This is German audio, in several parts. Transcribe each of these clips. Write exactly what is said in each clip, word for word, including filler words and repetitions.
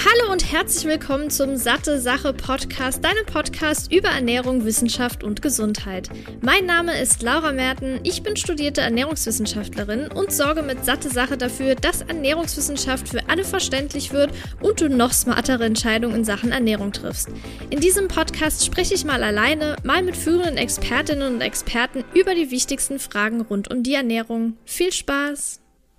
Hallo und herzlich willkommen zum Satte Sache Podcast, deinem Podcast über Ernährung, Wissenschaft und Gesundheit. Mein Name ist Laura Merten, ich bin studierte Ernährungswissenschaftlerin und sorge mit Satte Sache dafür, dass Ernährungswissenschaft für alle verständlich wird und du noch smartere Entscheidungen in Sachen Ernährung triffst. In diesem Podcast spreche ich mal alleine, mal mit führenden Expertinnen und Experten über die wichtigsten Fragen rund um die Ernährung. Viel Spaß!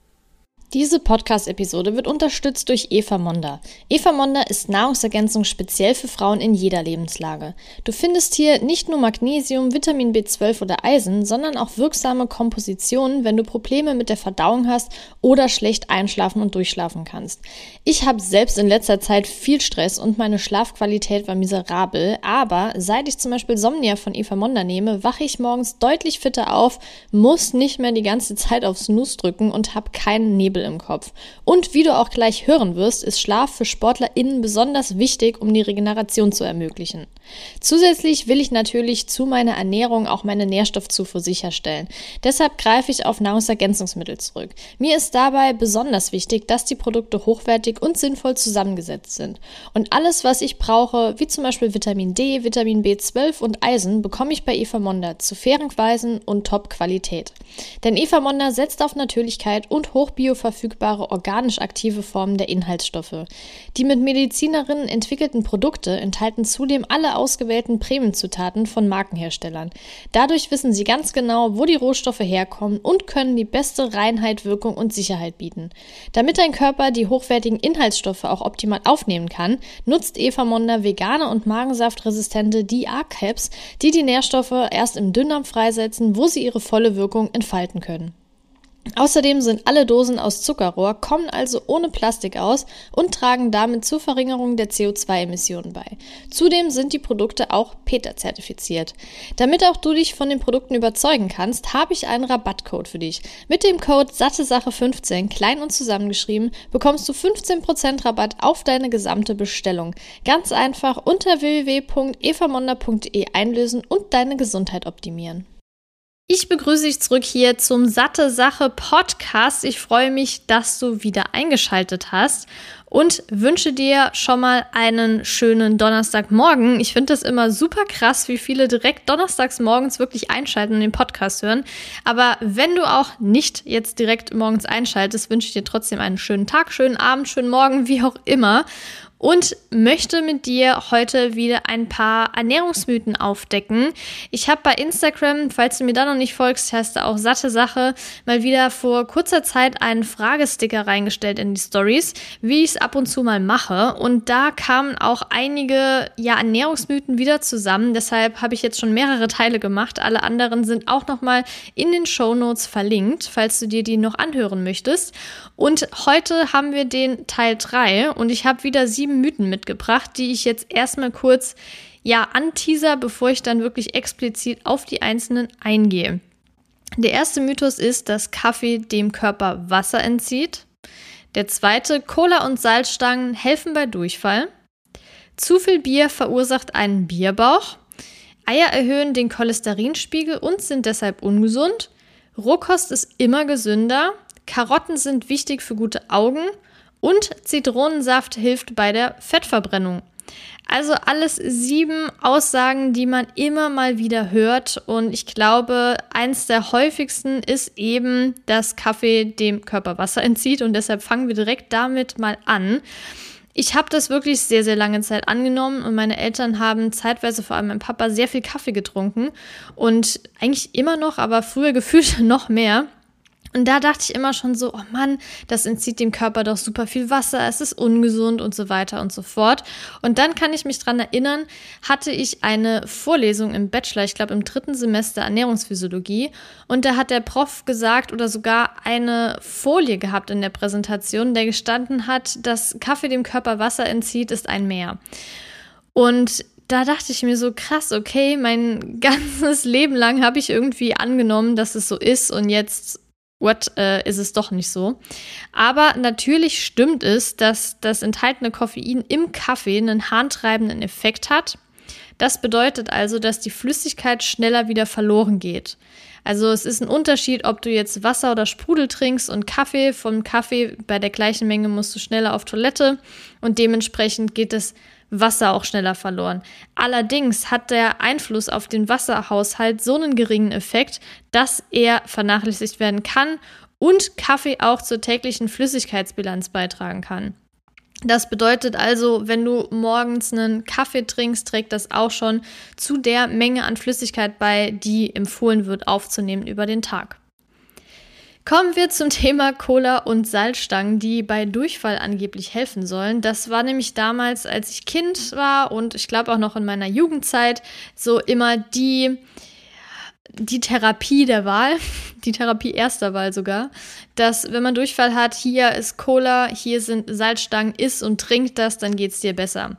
Diese Podcast-Episode wird unterstützt durch Efamonda. Efamonda ist Nahrungsergänzung speziell für Frauen in jeder Lebenslage. Du findest hier nicht nur Magnesium, Vitamin B zwölf oder Eisen, sondern auch wirksame Kompositionen, wenn du Probleme mit der Verdauung hast oder schlecht einschlafen und durchschlafen kannst. Ich habe selbst in letzter Zeit viel Stress und meine Schlafqualität war miserabel, aber seit ich zum Beispiel Somnia von Efamonda nehme, wache ich morgens deutlich fitter auf, muss nicht mehr die ganze Zeit auf Snooze drücken und habe keinen Nebel im Kopf. Und wie du auch gleich hören wirst, ist Schlaf für SportlerInnen besonders wichtig, um die Regeneration zu ermöglichen. Zusätzlich will ich natürlich zu meiner Ernährung auch meine Nährstoffzufuhr sicherstellen. Deshalb greife ich auf Nahrungsergänzungsmittel zurück. Mir ist dabei besonders wichtig, dass die Produkte hochwertig und sinnvoll zusammengesetzt sind. Und alles, was ich brauche, wie zum Beispiel Vitamin D, Vitamin B zwölf und Eisen, bekomme ich bei Efamonda zu fairen Preisen und Top-Qualität. Denn Efamonda setzt auf Natürlichkeit und hochbioverfügbare organisch aktive Formen der Inhaltsstoffe. Die mit Medizinerinnen entwickelten Produkte enthalten zudem alle ausgewählten Premiumzutaten von Markenherstellern. Dadurch wissen sie ganz genau, wo die Rohstoffe herkommen und können die beste Reinheit, Wirkung und Sicherheit bieten. Damit dein Körper die hochwertigen Inhaltsstoffe auch optimal aufnehmen kann, nutzt Efamonda vegane und magensaftresistente D R-Caps, die die Nährstoffe erst im Dünndarm freisetzen, wo sie ihre volle Wirkung entfalten können. Außerdem sind alle Dosen aus Zuckerrohr, kommen also ohne Plastik aus und tragen damit zur Verringerung der C O zwei Emissionen bei. Zudem sind die Produkte auch PETA-zertifiziert. Damit auch du dich von den Produkten überzeugen kannst, habe ich einen Rabattcode für dich. Mit dem Code SatteSache fünfzehn, klein und zusammengeschrieben, bekommst du fünfzehn Prozent Rabatt auf deine gesamte Bestellung. Ganz einfach unter w w w punkt efamonda punkt de einlösen und deine Gesundheit optimieren. Ich begrüße dich zurück hier zum Satte Sache Podcast. Ich freue mich, dass du wieder eingeschaltet hast und wünsche dir schon mal einen schönen Donnerstagmorgen. Ich finde das immer super krass, wie viele direkt donnerstags morgens wirklich einschalten und den Podcast hören. Aber wenn du auch nicht jetzt direkt morgens einschaltest, wünsche ich dir trotzdem einen schönen Tag, schönen Abend, schönen Morgen, wie auch immer. Und möchte mit dir heute wieder ein paar Ernährungsmythen aufdecken. Ich habe bei Instagram, falls du mir da noch nicht folgst, heißt da auch Satte Sache, mal wieder vor kurzer Zeit einen Fragesticker reingestellt in die Stories, wie ich es ab und zu mal mache. Und da kamen auch einige ja, Ernährungsmythen wieder zusammen. Deshalb habe ich jetzt schon mehrere Teile gemacht. Alle anderen sind auch nochmal in den Shownotes verlinkt, falls du dir die noch anhören möchtest. Und heute haben wir den Teil drei und ich habe wieder sieben Mythen mitgebracht, die ich jetzt erstmal kurz ja anteaser, bevor ich dann wirklich explizit auf die einzelnen eingehe. Der erste Mythos ist, dass Kaffee dem Körper Wasser entzieht. Der zweite, Cola und Salzstangen helfen bei Durchfall. Zu viel Bier verursacht einen Bierbauch. Eier erhöhen den Cholesterinspiegel und sind deshalb ungesund. Rohkost ist immer gesünder. Karotten sind wichtig für gute Augen. Und Zitronensaft hilft bei der Fettverbrennung. Also alles sieben Aussagen, die man immer mal wieder hört. Und ich glaube, eins der häufigsten ist eben, dass Kaffee dem Körper Wasser entzieht. Und deshalb fangen wir direkt damit mal an. Ich habe das wirklich sehr, sehr lange Zeit angenommen. Und meine Eltern haben zeitweise, vor allem mein Papa, sehr viel Kaffee getrunken. Und eigentlich immer noch, aber früher gefühlt noch mehr. Und da dachte ich immer schon so, oh Mann, das entzieht dem Körper doch super viel Wasser, es ist ungesund und so weiter und so fort. Und dann kann ich mich dran erinnern, hatte ich eine Vorlesung im Bachelor, ich glaube im dritten Semester Ernährungsphysiologie. Und da hat der Prof gesagt oder sogar eine Folie gehabt in der Präsentation, der gestanden hat, dass Kaffee dem Körper Wasser entzieht, ist ein Meer. Und da dachte ich mir so, krass, okay, mein ganzes Leben lang habe ich irgendwie angenommen, dass es so ist und jetzt What, äh, ist es doch nicht so. Aber natürlich stimmt es, dass das enthaltene Koffein im Kaffee einen harntreibenden Effekt hat. Das bedeutet also, dass die Flüssigkeit schneller wieder verloren geht. Also es ist ein Unterschied, ob du jetzt Wasser oder Sprudel trinkst und Kaffee. Vom Kaffee bei der gleichen Menge musst du schneller auf Toilette und dementsprechend geht das Wasser auch schneller verloren. Allerdings hat der Einfluss auf den Wasserhaushalt so einen geringen Effekt, dass er vernachlässigt werden kann und Kaffee auch zur täglichen Flüssigkeitsbilanz beitragen kann. Das bedeutet also, wenn du morgens einen Kaffee trinkst, trägt das auch schon zu der Menge an Flüssigkeit bei, die empfohlen wird aufzunehmen über den Tag. Kommen wir zum Thema Cola und Salzstangen, die bei Durchfall angeblich helfen sollen. Das war nämlich damals, als ich Kind war und ich glaube auch noch in meiner Jugendzeit, so immer die, die Therapie der Wahl, die Therapie erster Wahl sogar, dass wenn man Durchfall hat, hier ist Cola, hier sind Salzstangen, iss und trink das, dann geht's dir besser.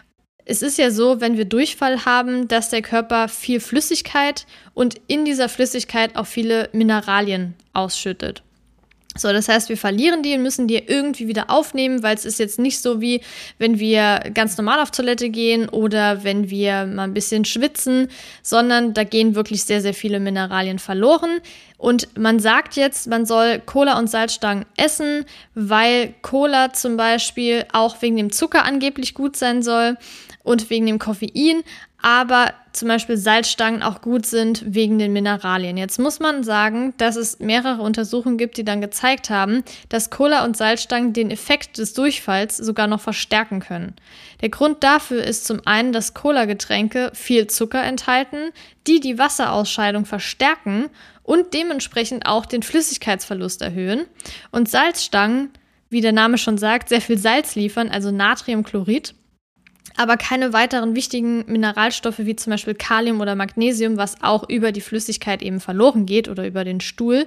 Es ist ja so, wenn wir Durchfall haben, dass der Körper viel Flüssigkeit und in dieser Flüssigkeit auch viele Mineralien ausschüttet. So, das heißt, wir verlieren die und müssen die irgendwie wieder aufnehmen, weil es ist jetzt nicht so wie, wenn wir ganz normal auf Toilette gehen oder wenn wir mal ein bisschen schwitzen, sondern da gehen wirklich sehr, sehr viele Mineralien verloren. Und man sagt jetzt, man soll Cola und Salzstangen essen, weil Cola zum Beispiel auch wegen dem Zucker angeblich gut sein soll und wegen dem Koffein, aber zum Beispiel Salzstangen auch gut sind wegen den Mineralien. Jetzt muss man sagen, dass es mehrere Untersuchungen gibt, die dann gezeigt haben, dass Cola und Salzstangen den Effekt des Durchfalls sogar noch verstärken können. Der Grund dafür ist zum einen, dass Cola-Getränke viel Zucker enthalten, die die Wasserausscheidung verstärken und dementsprechend auch den Flüssigkeitsverlust erhöhen. Und Salzstangen, wie der Name schon sagt, sehr viel Salz liefern, also Natriumchlorid, aber keine weiteren wichtigen Mineralstoffe wie zum Beispiel Kalium oder Magnesium, was auch über die Flüssigkeit eben verloren geht oder über den Stuhl.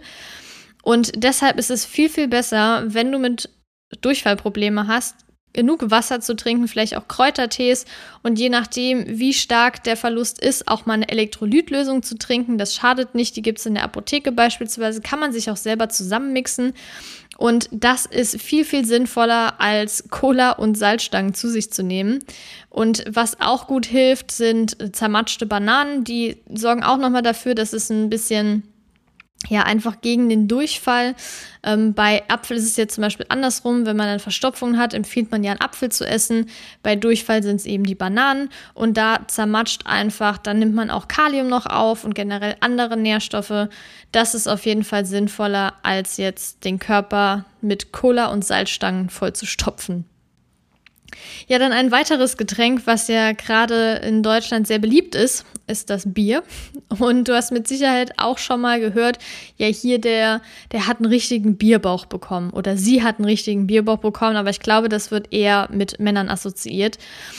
Und deshalb ist es viel, viel besser, wenn du mit Durchfallprobleme hast, genug Wasser zu trinken, vielleicht auch Kräutertees und je nachdem, wie stark der Verlust ist, auch mal eine Elektrolytlösung zu trinken. Das schadet nicht, die gibt es in der Apotheke beispielsweise, kann man sich auch selber zusammenmixen. Und das ist viel, viel sinnvoller, als Cola und Salzstangen zu sich zu nehmen. Und was auch gut hilft, sind zermatschte Bananen. Die sorgen auch nochmal dafür, dass es ein bisschen, ja, einfach gegen den Durchfall. Ähm, bei Apfel ist es jetzt zum Beispiel andersrum. Wenn man eine Verstopfung hat, empfiehlt man ja, einen Apfel zu essen. Bei Durchfall sind es eben die Bananen. Und da zermatscht einfach, dann nimmt man auch Kalium noch auf und generell andere Nährstoffe. Das ist auf jeden Fall sinnvoller, als jetzt den Körper mit Cola und Salzstangen voll zu stopfen. Ja, dann ein weiteres Getränk, was ja gerade in Deutschland sehr beliebt ist, ist das Bier. Und du hast mit Sicherheit auch schon mal gehört, ja, hier der, der hat einen richtigen Bierbauch bekommen oder sie hat einen richtigen Bierbauch bekommen, aber ich glaube, das wird eher mit Männern assoziiert.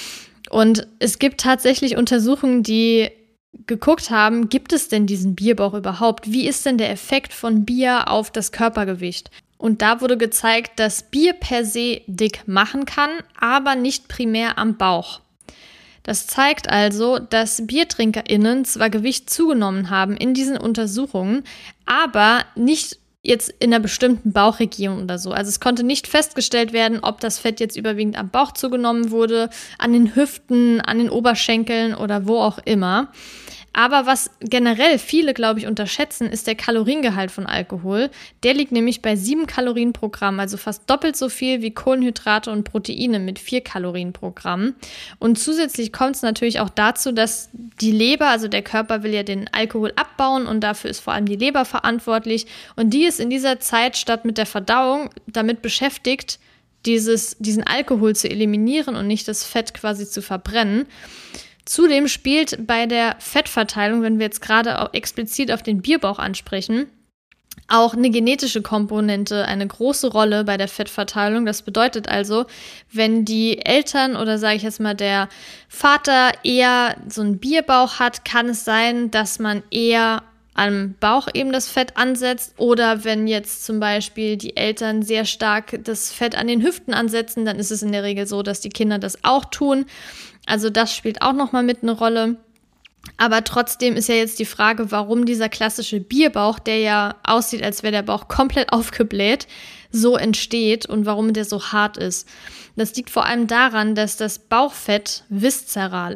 Und es gibt tatsächlich Untersuchungen, die geguckt haben, gibt es denn diesen Bierbauch überhaupt? Wie ist denn der Effekt von Bier auf das Körpergewicht? Und da wurde gezeigt, dass Bier per se dick machen kann, aber nicht primär am Bauch. Das zeigt also, dass BiertrinkerInnen zwar Gewicht zugenommen haben in diesen Untersuchungen, aber nicht jetzt in einer bestimmten Bauchregion oder so. Also es konnte nicht festgestellt werden, ob das Fett jetzt überwiegend am Bauch zugenommen wurde, an den Hüften, an den Oberschenkeln oder wo auch immer. Aber was generell viele, glaube ich, unterschätzen, ist der Kaloriengehalt von Alkohol. Der liegt nämlich bei sieben Kalorien pro Gramm, also fast doppelt so viel wie Kohlenhydrate und Proteine mit vier Kalorien pro Gramm. Und zusätzlich kommt es natürlich auch dazu, dass die Leber, also der Körper will ja den Alkohol abbauen und dafür ist vor allem die Leber verantwortlich. Und die ist in dieser Zeit statt mit der Verdauung damit beschäftigt, dieses, diesen Alkohol zu eliminieren und nicht das Fett quasi zu verbrennen. Zudem spielt bei der Fettverteilung, wenn wir jetzt gerade auch explizit auf den Bierbauch ansprechen, auch eine genetische Komponente eine große Rolle bei der Fettverteilung. Das bedeutet also, wenn die Eltern oder sage ich jetzt mal der Vater eher so einen Bierbauch hat, kann es sein, dass man eher am Bauch eben das Fett ansetzt oder wenn jetzt zum Beispiel die Eltern sehr stark das Fett an den Hüften ansetzen, dann ist es in der Regel so, dass die Kinder das auch tun. Also das spielt auch nochmal mit eine Rolle. Aber trotzdem ist ja jetzt die Frage, warum dieser klassische Bierbauch, der ja aussieht, als wäre der Bauch komplett aufgebläht, so entsteht und warum der so hart ist. Das liegt vor allem daran, dass das Bauchfett viszeral ist.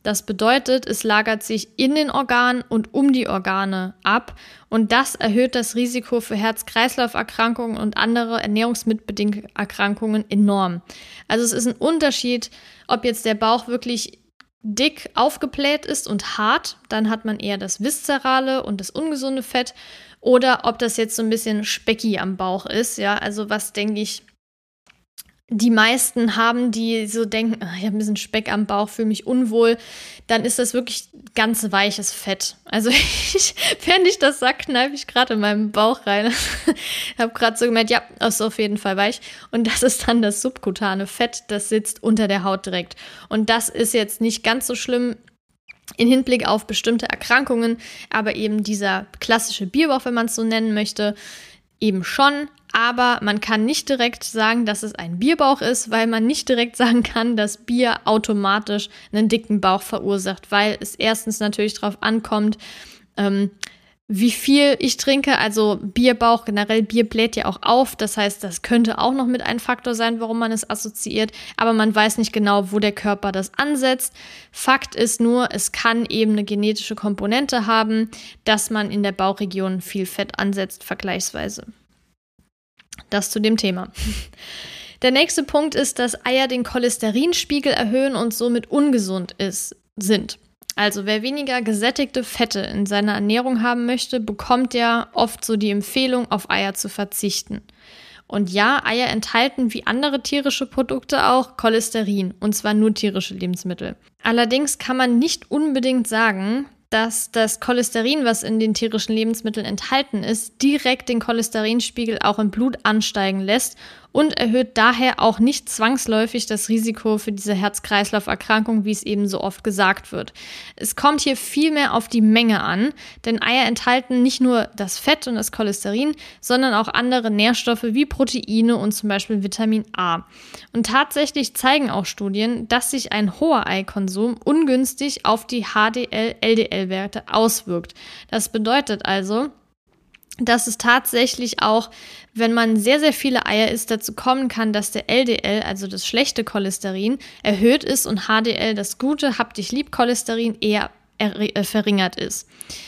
Das bedeutet, es lagert sich in den Organen und um die Organe ab und das erhöht das Risiko für Herz-Kreislauf-Erkrankungen und andere ernährungsmitbedingte Erkrankungen enorm. Also es ist ein Unterschied, ob jetzt der Bauch wirklich dick aufgebläht ist und hart, dann hat man eher das viszerale und das ungesunde Fett, oder ob das jetzt so ein bisschen specky am Bauch ist, ja, also was, denke ich, die meisten haben, die so denken, ach, ich habe ein bisschen Speck am Bauch, fühle mich unwohl, dann ist das wirklich ganz weiches Fett. Also ich, während ich das sage, kneife ich gerade in meinen Bauch rein. Ich habe gerade so gemerkt, ja, das ist auf jeden Fall weich. Und das ist dann das subkutane Fett, das sitzt unter der Haut direkt. Und das ist jetzt nicht ganz so schlimm in Hinblick auf bestimmte Erkrankungen, aber eben dieser klassische Bierbauch, wenn man es so nennen möchte, eben schon. Aber man kann nicht direkt sagen, dass es ein Bierbauch ist, weil man nicht direkt sagen kann, dass Bier automatisch einen dicken Bauch verursacht, weil es erstens natürlich darauf ankommt, ähm, wie viel ich trinke. Also Bierbauch, generell Bier bläht ja auch auf. Das heißt, das könnte auch noch mit ein Faktor sein, warum man es assoziiert. Aber man weiß nicht genau, wo der Körper das ansetzt. Fakt ist nur, es kann eben eine genetische Komponente haben, dass man in der Bauchregion viel Fett ansetzt, vergleichsweise. Das zu dem Thema. Der nächste Punkt ist, dass Eier den Cholesterinspiegel erhöhen und somit ungesund ist, sind. Also wer weniger gesättigte Fette in seiner Ernährung haben möchte, bekommt ja oft so die Empfehlung, auf Eier zu verzichten. Und ja, Eier enthalten wie andere tierische Produkte auch Cholesterin, und zwar nur tierische Lebensmittel. Allerdings kann man nicht unbedingt sagen, dass das Cholesterin, was in den tierischen Lebensmitteln enthalten ist, direkt den Cholesterinspiegel auch im Blut ansteigen lässt und erhöht daher auch nicht zwangsläufig das Risiko für diese Herz-Kreislauf-Erkrankung, wie es eben so oft gesagt wird. Es kommt hier vielmehr auf die Menge an, denn Eier enthalten nicht nur das Fett und das Cholesterin, sondern auch andere Nährstoffe wie Proteine und zum Beispiel Vitamin A. Und tatsächlich zeigen auch Studien, dass sich ein hoher Eikonsum ungünstig auf die H D L-L D L-Werte auswirkt. Das bedeutet also, dass es tatsächlich auch, wenn man sehr, sehr viele Eier isst, dazu kommen kann, dass der L D L, also das schlechte Cholesterin, erhöht ist und H D L, das gute, hab dich lieb Cholesterin, eher er- verringert ist.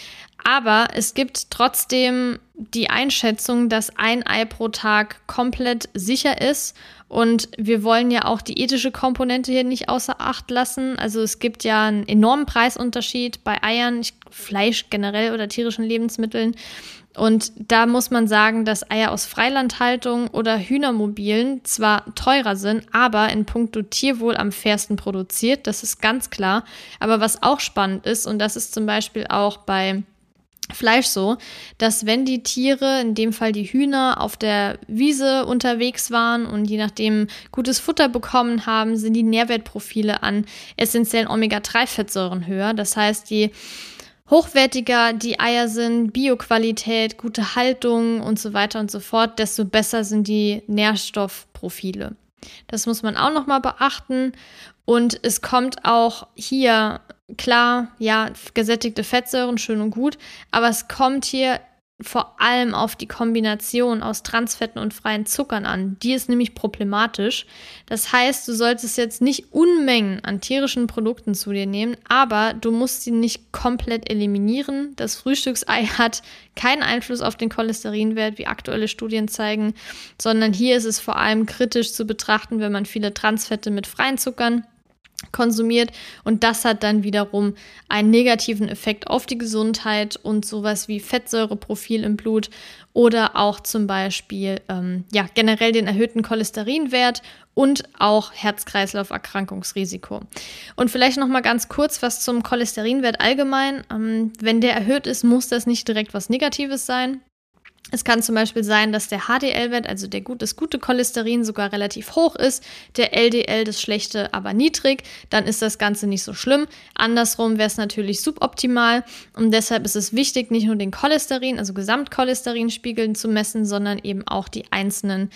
Aber es gibt trotzdem die Einschätzung, dass ein Ei pro Tag komplett sicher ist. Und wir wollen ja auch die ethische Komponente hier nicht außer Acht lassen. Also es gibt ja einen enormen Preisunterschied bei Eiern, Fleisch generell oder tierischen Lebensmitteln. Und da muss man sagen, dass Eier aus Freilandhaltung oder Hühnermobilen zwar teurer sind, aber in puncto Tierwohl am fairsten produziert. Das ist ganz klar. Aber was auch spannend ist, und das ist zum Beispiel auch bei Fleisch so, dass wenn die Tiere, in dem Fall die Hühner, auf der Wiese unterwegs waren und je nachdem gutes Futter bekommen haben, sind die Nährwertprofile an essentiellen Omega drei Fettsäuren höher. Das heißt, je hochwertiger die Eier sind, Bioqualität, gute Haltung und so weiter und so fort, desto besser sind die Nährstoffprofile. Das muss man auch nochmal beachten. Und es kommt auch hier, klar, ja, gesättigte Fettsäuren, schön und gut, aber es kommt hier vor allem auf die Kombination aus Transfetten und freien Zuckern an. Die ist nämlich problematisch. Das heißt, du solltest jetzt nicht Unmengen an tierischen Produkten zu dir nehmen, aber du musst sie nicht komplett eliminieren. Das Frühstücksei hat keinen Einfluss auf den Cholesterinwert, wie aktuelle Studien zeigen, sondern hier ist es vor allem kritisch zu betrachten, wenn man viele Transfette mit freien Zuckern konsumiert, und das hat dann wiederum einen negativen Effekt auf die Gesundheit und sowas wie Fettsäureprofil im Blut oder auch zum Beispiel ähm, ja, generell den erhöhten Cholesterinwert und auch Herz-Kreislauf-Erkrankungsrisiko. Und vielleicht noch mal ganz kurz was zum Cholesterinwert allgemein. Ähm, wenn der erhöht ist, muss das nicht direkt was Negatives sein. Es kann zum Beispiel sein, dass der H D L-Wert, also der gut, das gute Cholesterin, sogar relativ hoch ist, der L D L, das schlechte, aber niedrig. Dann ist das Ganze nicht so schlimm. Andersrum wäre es natürlich suboptimal, und deshalb ist es wichtig, nicht nur den Cholesterin, also Gesamtcholesterinspiegel zu messen, sondern eben auch die einzelnen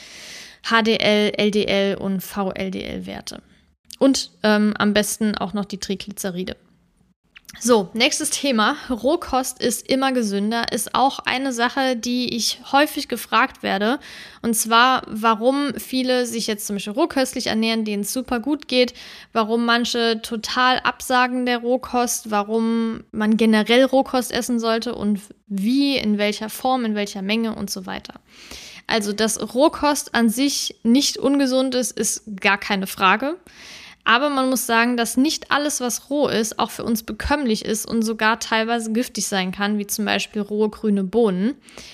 H D L, L D L und V L D L-Werte. Und ähm, am besten auch noch die Triglyceride. So, nächstes Thema. Rohkost ist immer gesünder, ist auch eine Sache, die ich häufig gefragt werde. Und zwar, warum viele sich jetzt zum Beispiel rohköstlich ernähren, denen es super gut geht, warum manche total absagen der Rohkost, warum man generell Rohkost essen sollte und wie, in welcher Form, in welcher Menge und so weiter. Also, dass Rohkost an sich nicht ungesund ist, ist gar keine Frage. Aber man muss sagen, dass nicht alles, was roh ist, auch für uns bekömmlich ist und sogar teilweise giftig sein kann, wie zum Beispiel rohe grüne Bohnen.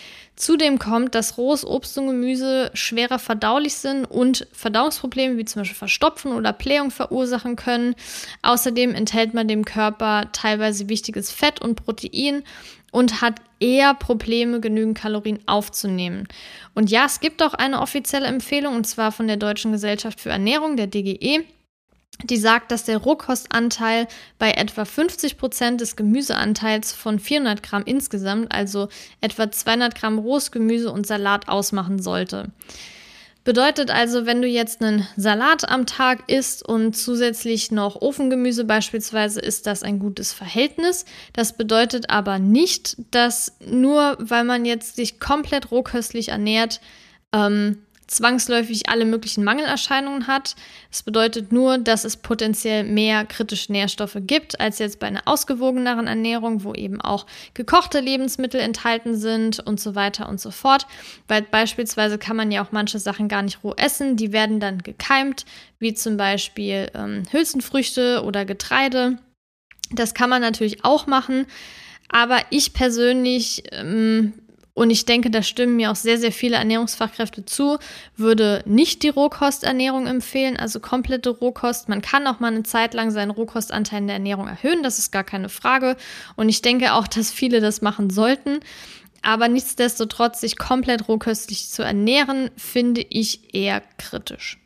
Zudem kommt, dass rohes Obst und Gemüse schwerer verdaulich sind und Verdauungsprobleme wie zum Beispiel Verstopfen oder Blähung verursachen können. Außerdem enthält man dem Körper teilweise wichtiges Fett und Protein und hat eher Probleme, genügend Kalorien aufzunehmen. Und ja, es gibt auch eine offizielle Empfehlung, und zwar von der Deutschen Gesellschaft für Ernährung, der D G E. Die sagt, dass der Rohkostanteil bei etwa fünfzig Prozent des Gemüseanteils von vierhundert Gramm insgesamt, also etwa zweihundert Gramm rohes Gemüse und Salat ausmachen sollte. Bedeutet also, wenn du jetzt einen Salat am Tag isst und zusätzlich noch Ofengemüse beispielsweise, ist das ein gutes Verhältnis. Das bedeutet aber nicht, dass nur weil man jetzt sich komplett rohköstlich ernährt, ähm, zwangsläufig alle möglichen Mangelerscheinungen hat. Das bedeutet nur, dass es potenziell mehr kritische Nährstoffe gibt, als jetzt bei einer ausgewogeneren Ernährung, wo eben auch gekochte Lebensmittel enthalten sind und so weiter und so fort. Weil beispielsweise kann man ja auch manche Sachen gar nicht roh essen, die werden dann gekeimt, wie zum Beispiel ähm, Hülsenfrüchte oder Getreide. Das kann man natürlich auch machen, aber ich persönlich ähm, und ich denke, da stimmen mir auch sehr, sehr viele Ernährungsfachkräfte zu, würde nicht die Rohkosternährung empfehlen, also komplette Rohkost. Man kann auch mal eine Zeit lang seinen Rohkostanteil in der Ernährung erhöhen, das ist gar keine Frage. Und ich denke auch, dass viele das machen sollten. Aber nichtsdestotrotz, sich komplett rohköstlich zu ernähren, finde ich eher kritisch.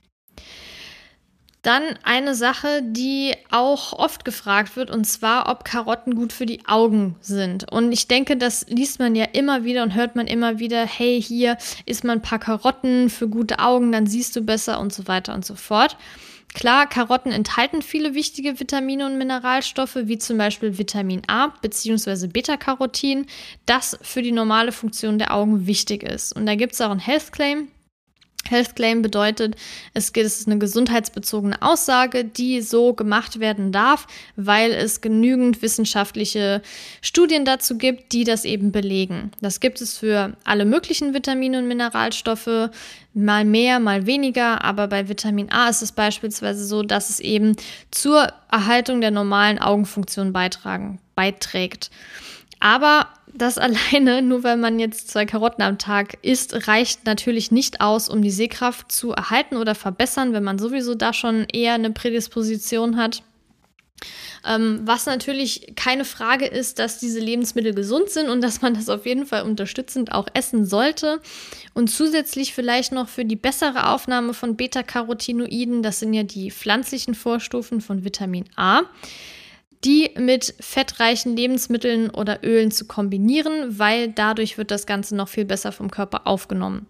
Dann eine Sache, die auch oft gefragt wird, und zwar, ob Karotten gut für die Augen sind. Und ich denke, das liest man ja immer wieder und hört man immer wieder, hey, hier isst man ein paar Karotten für gute Augen, dann siehst du besser und so weiter und so fort. Klar, Karotten enthalten viele wichtige Vitamine und Mineralstoffe, wie zum Beispiel Vitamin A bzw. Beta-Carotin, das für die normale Funktion der Augen wichtig ist. Und da gibt es auch einen Health Claim. Health Claim bedeutet, es ist eine gesundheitsbezogene Aussage, die so gemacht werden darf, weil es genügend wissenschaftliche Studien dazu gibt, die das eben belegen. Das gibt es für alle möglichen Vitamine und Mineralstoffe, mal mehr, mal weniger, aber bei Vitamin A ist es beispielsweise so, dass es eben zur Erhaltung der normalen Augenfunktion beitragen, beiträgt. Aber das alleine, nur weil man jetzt zwei Karotten am Tag isst, reicht natürlich nicht aus, um die Sehkraft zu erhalten oder verbessern, wenn man sowieso da schon eher eine Prädisposition hat. Ähm, was natürlich keine Frage ist, dass diese Lebensmittel gesund sind und dass man das auf jeden Fall unterstützend auch essen sollte. Und zusätzlich vielleicht noch für die bessere Aufnahme von Beta-Carotinoiden, das sind ja die pflanzlichen Vorstufen von Vitamin A, die mit fettreichen Lebensmitteln oder Ölen zu kombinieren, weil dadurch wird das Ganze noch viel besser vom Körper aufgenommen.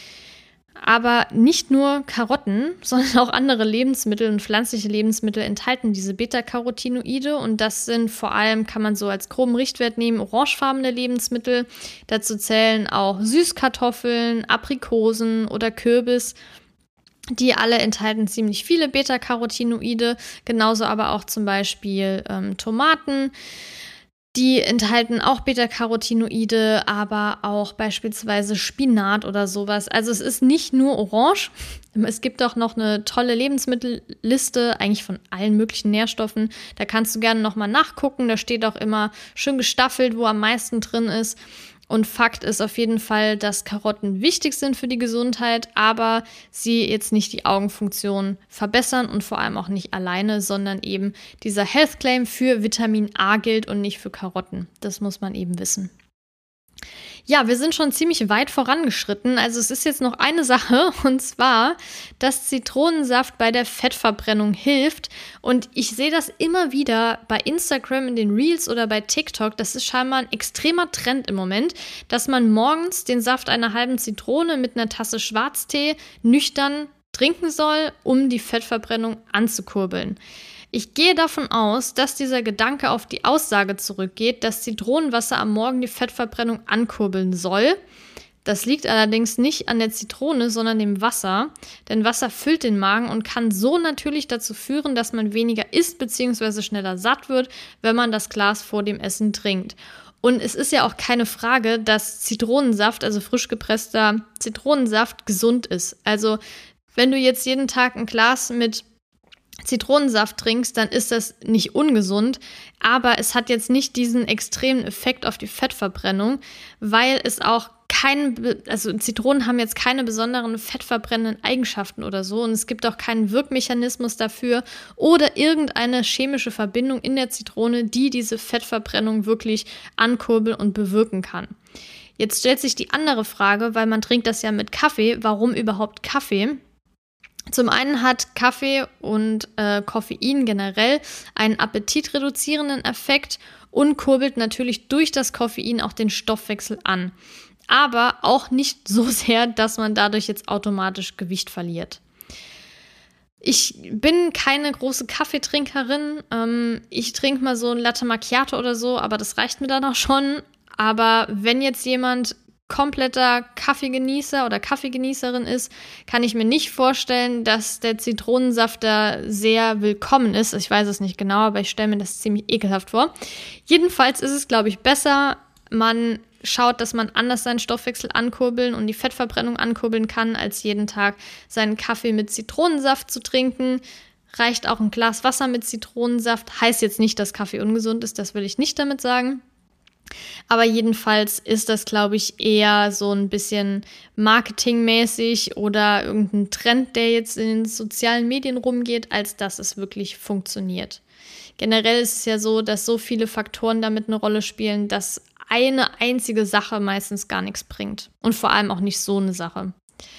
Aber nicht nur Karotten, sondern auch andere Lebensmittel und pflanzliche Lebensmittel enthalten diese Beta-Carotinoide und das sind vor allem, kann man so als groben Richtwert nehmen, orangefarbene Lebensmittel. Dazu zählen auch Süßkartoffeln, Aprikosen oder Kürbis. Die alle enthalten ziemlich viele Beta-Carotinoide, genauso aber auch zum Beispiel ähm, Tomaten. Die enthalten auch Beta-Carotinoide, aber auch beispielsweise Spinat oder sowas. Also es ist nicht nur Orange. Es gibt auch noch eine tolle Lebensmittelliste, eigentlich von allen möglichen Nährstoffen. Da kannst du gerne nochmal nachgucken. Da steht auch immer schön gestaffelt, wo am meisten drin ist. Und Fakt ist auf jeden Fall, dass Karotten wichtig sind für die Gesundheit, aber sie jetzt nicht die Augenfunktion verbessern und vor allem auch nicht alleine, sondern eben dieser Health Claim für Vitamin A gilt und nicht für Karotten. Das muss man eben wissen. Ja, wir sind schon ziemlich weit vorangeschritten. Also es ist jetzt noch eine Sache, und zwar, dass Zitronensaft bei der Fettverbrennung hilft. Und ich sehe das immer wieder bei Instagram in den Reels oder bei TikTok. Das ist scheinbar ein extremer Trend im Moment, dass man morgens den Saft einer halben Zitrone mit einer Tasse Schwarztee nüchtern trinken soll, um die Fettverbrennung anzukurbeln. Ich gehe davon aus, dass dieser Gedanke auf die Aussage zurückgeht, dass Zitronenwasser am Morgen die Fettverbrennung ankurbeln soll. Das liegt allerdings nicht an der Zitrone, sondern dem Wasser, denn Wasser füllt den Magen und kann so natürlich dazu führen, dass man weniger isst bzw. schneller satt wird, wenn man das Glas vor dem Essen trinkt. Und es ist ja auch keine Frage, dass Zitronensaft, also frisch gepresster Zitronensaft, gesund ist. Also wenn du jetzt jeden Tag ein Glas mit Zitronensaft trinkst, dann ist das nicht ungesund, aber es hat jetzt nicht diesen extremen Effekt auf die Fettverbrennung, weil es auch kein, also Zitronen haben jetzt keine besonderen fettverbrennenden Eigenschaften oder so und es gibt auch keinen Wirkmechanismus dafür oder irgendeine chemische Verbindung in der Zitrone, die diese Fettverbrennung wirklich ankurbeln und bewirken kann. Jetzt stellt sich die andere Frage, weil man trinkt das ja mit Kaffee, warum überhaupt Kaffee? Zum einen hat Kaffee und äh, Koffein generell einen appetitreduzierenden Effekt und kurbelt natürlich durch das Koffein auch den Stoffwechsel an. Aber auch nicht so sehr, dass man dadurch jetzt automatisch Gewicht verliert. Ich bin keine große Kaffeetrinkerin. Ähm, ich trinke mal so ein Latte Macchiato oder so, aber das reicht mir dann auch schon. Aber wenn jetzt jemand kompletter Kaffeegenießer oder Kaffeegenießerin ist, kann ich mir nicht vorstellen, dass der Zitronensaft da sehr willkommen ist. Ich weiß es nicht genau, aber ich stelle mir das ziemlich ekelhaft vor. Jedenfalls ist es, glaube ich, besser, man schaut, dass man anders seinen Stoffwechsel ankurbeln und die Fettverbrennung ankurbeln kann, als jeden Tag seinen Kaffee mit Zitronensaft zu trinken. Reicht auch ein Glas Wasser mit Zitronensaft. Heißt jetzt nicht, dass Kaffee ungesund ist, das will ich nicht damit sagen. Aber jedenfalls ist das, glaube ich, eher so ein bisschen marketingmäßig oder irgendein Trend, der jetzt in den sozialen Medien rumgeht, als dass es wirklich funktioniert. Generell ist es ja so, dass so viele Faktoren damit eine Rolle spielen, dass eine einzige Sache meistens gar nichts bringt. Und vor allem auch nicht so eine Sache.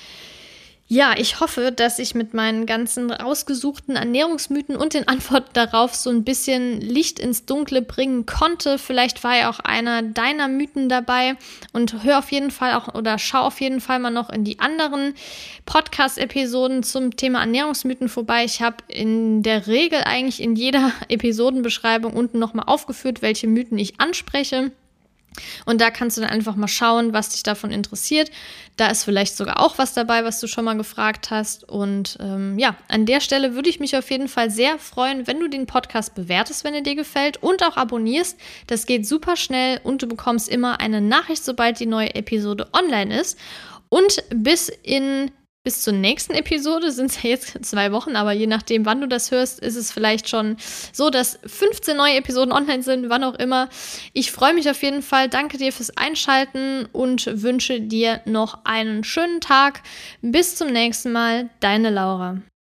Ja, ich hoffe, dass ich mit meinen ganzen rausgesuchten Ernährungsmythen und den Antworten darauf so ein bisschen Licht ins Dunkle bringen konnte. Vielleicht war ja auch einer deiner Mythen dabei und hör auf jeden Fall auch oder schau auf jeden Fall mal noch in die anderen Podcast-Episoden zum Thema Ernährungsmythen vorbei. Ich habe in der Regel eigentlich in jeder Episodenbeschreibung unten nochmal aufgeführt, welche Mythen ich anspreche. Und da kannst du dann einfach mal schauen, was dich davon interessiert. Da ist vielleicht sogar auch was dabei, was du schon mal gefragt hast. Und ähm, ja, an der Stelle würde ich mich auf jeden Fall sehr freuen, wenn du den Podcast bewertest, wenn er dir gefällt und auch abonnierst. Das geht super schnell und du bekommst immer eine Nachricht, sobald die neue Episode online ist. Und bis in Bis zur nächsten Episode sind es ja jetzt zwei Wochen, aber je nachdem, wann du das hörst, ist es vielleicht schon so, dass fünfzehn neue Episoden online sind, wann auch immer. Ich freue mich auf jeden Fall. Danke dir fürs Einschalten und wünsche dir noch einen schönen Tag. Bis zum nächsten Mal. Deine Laura.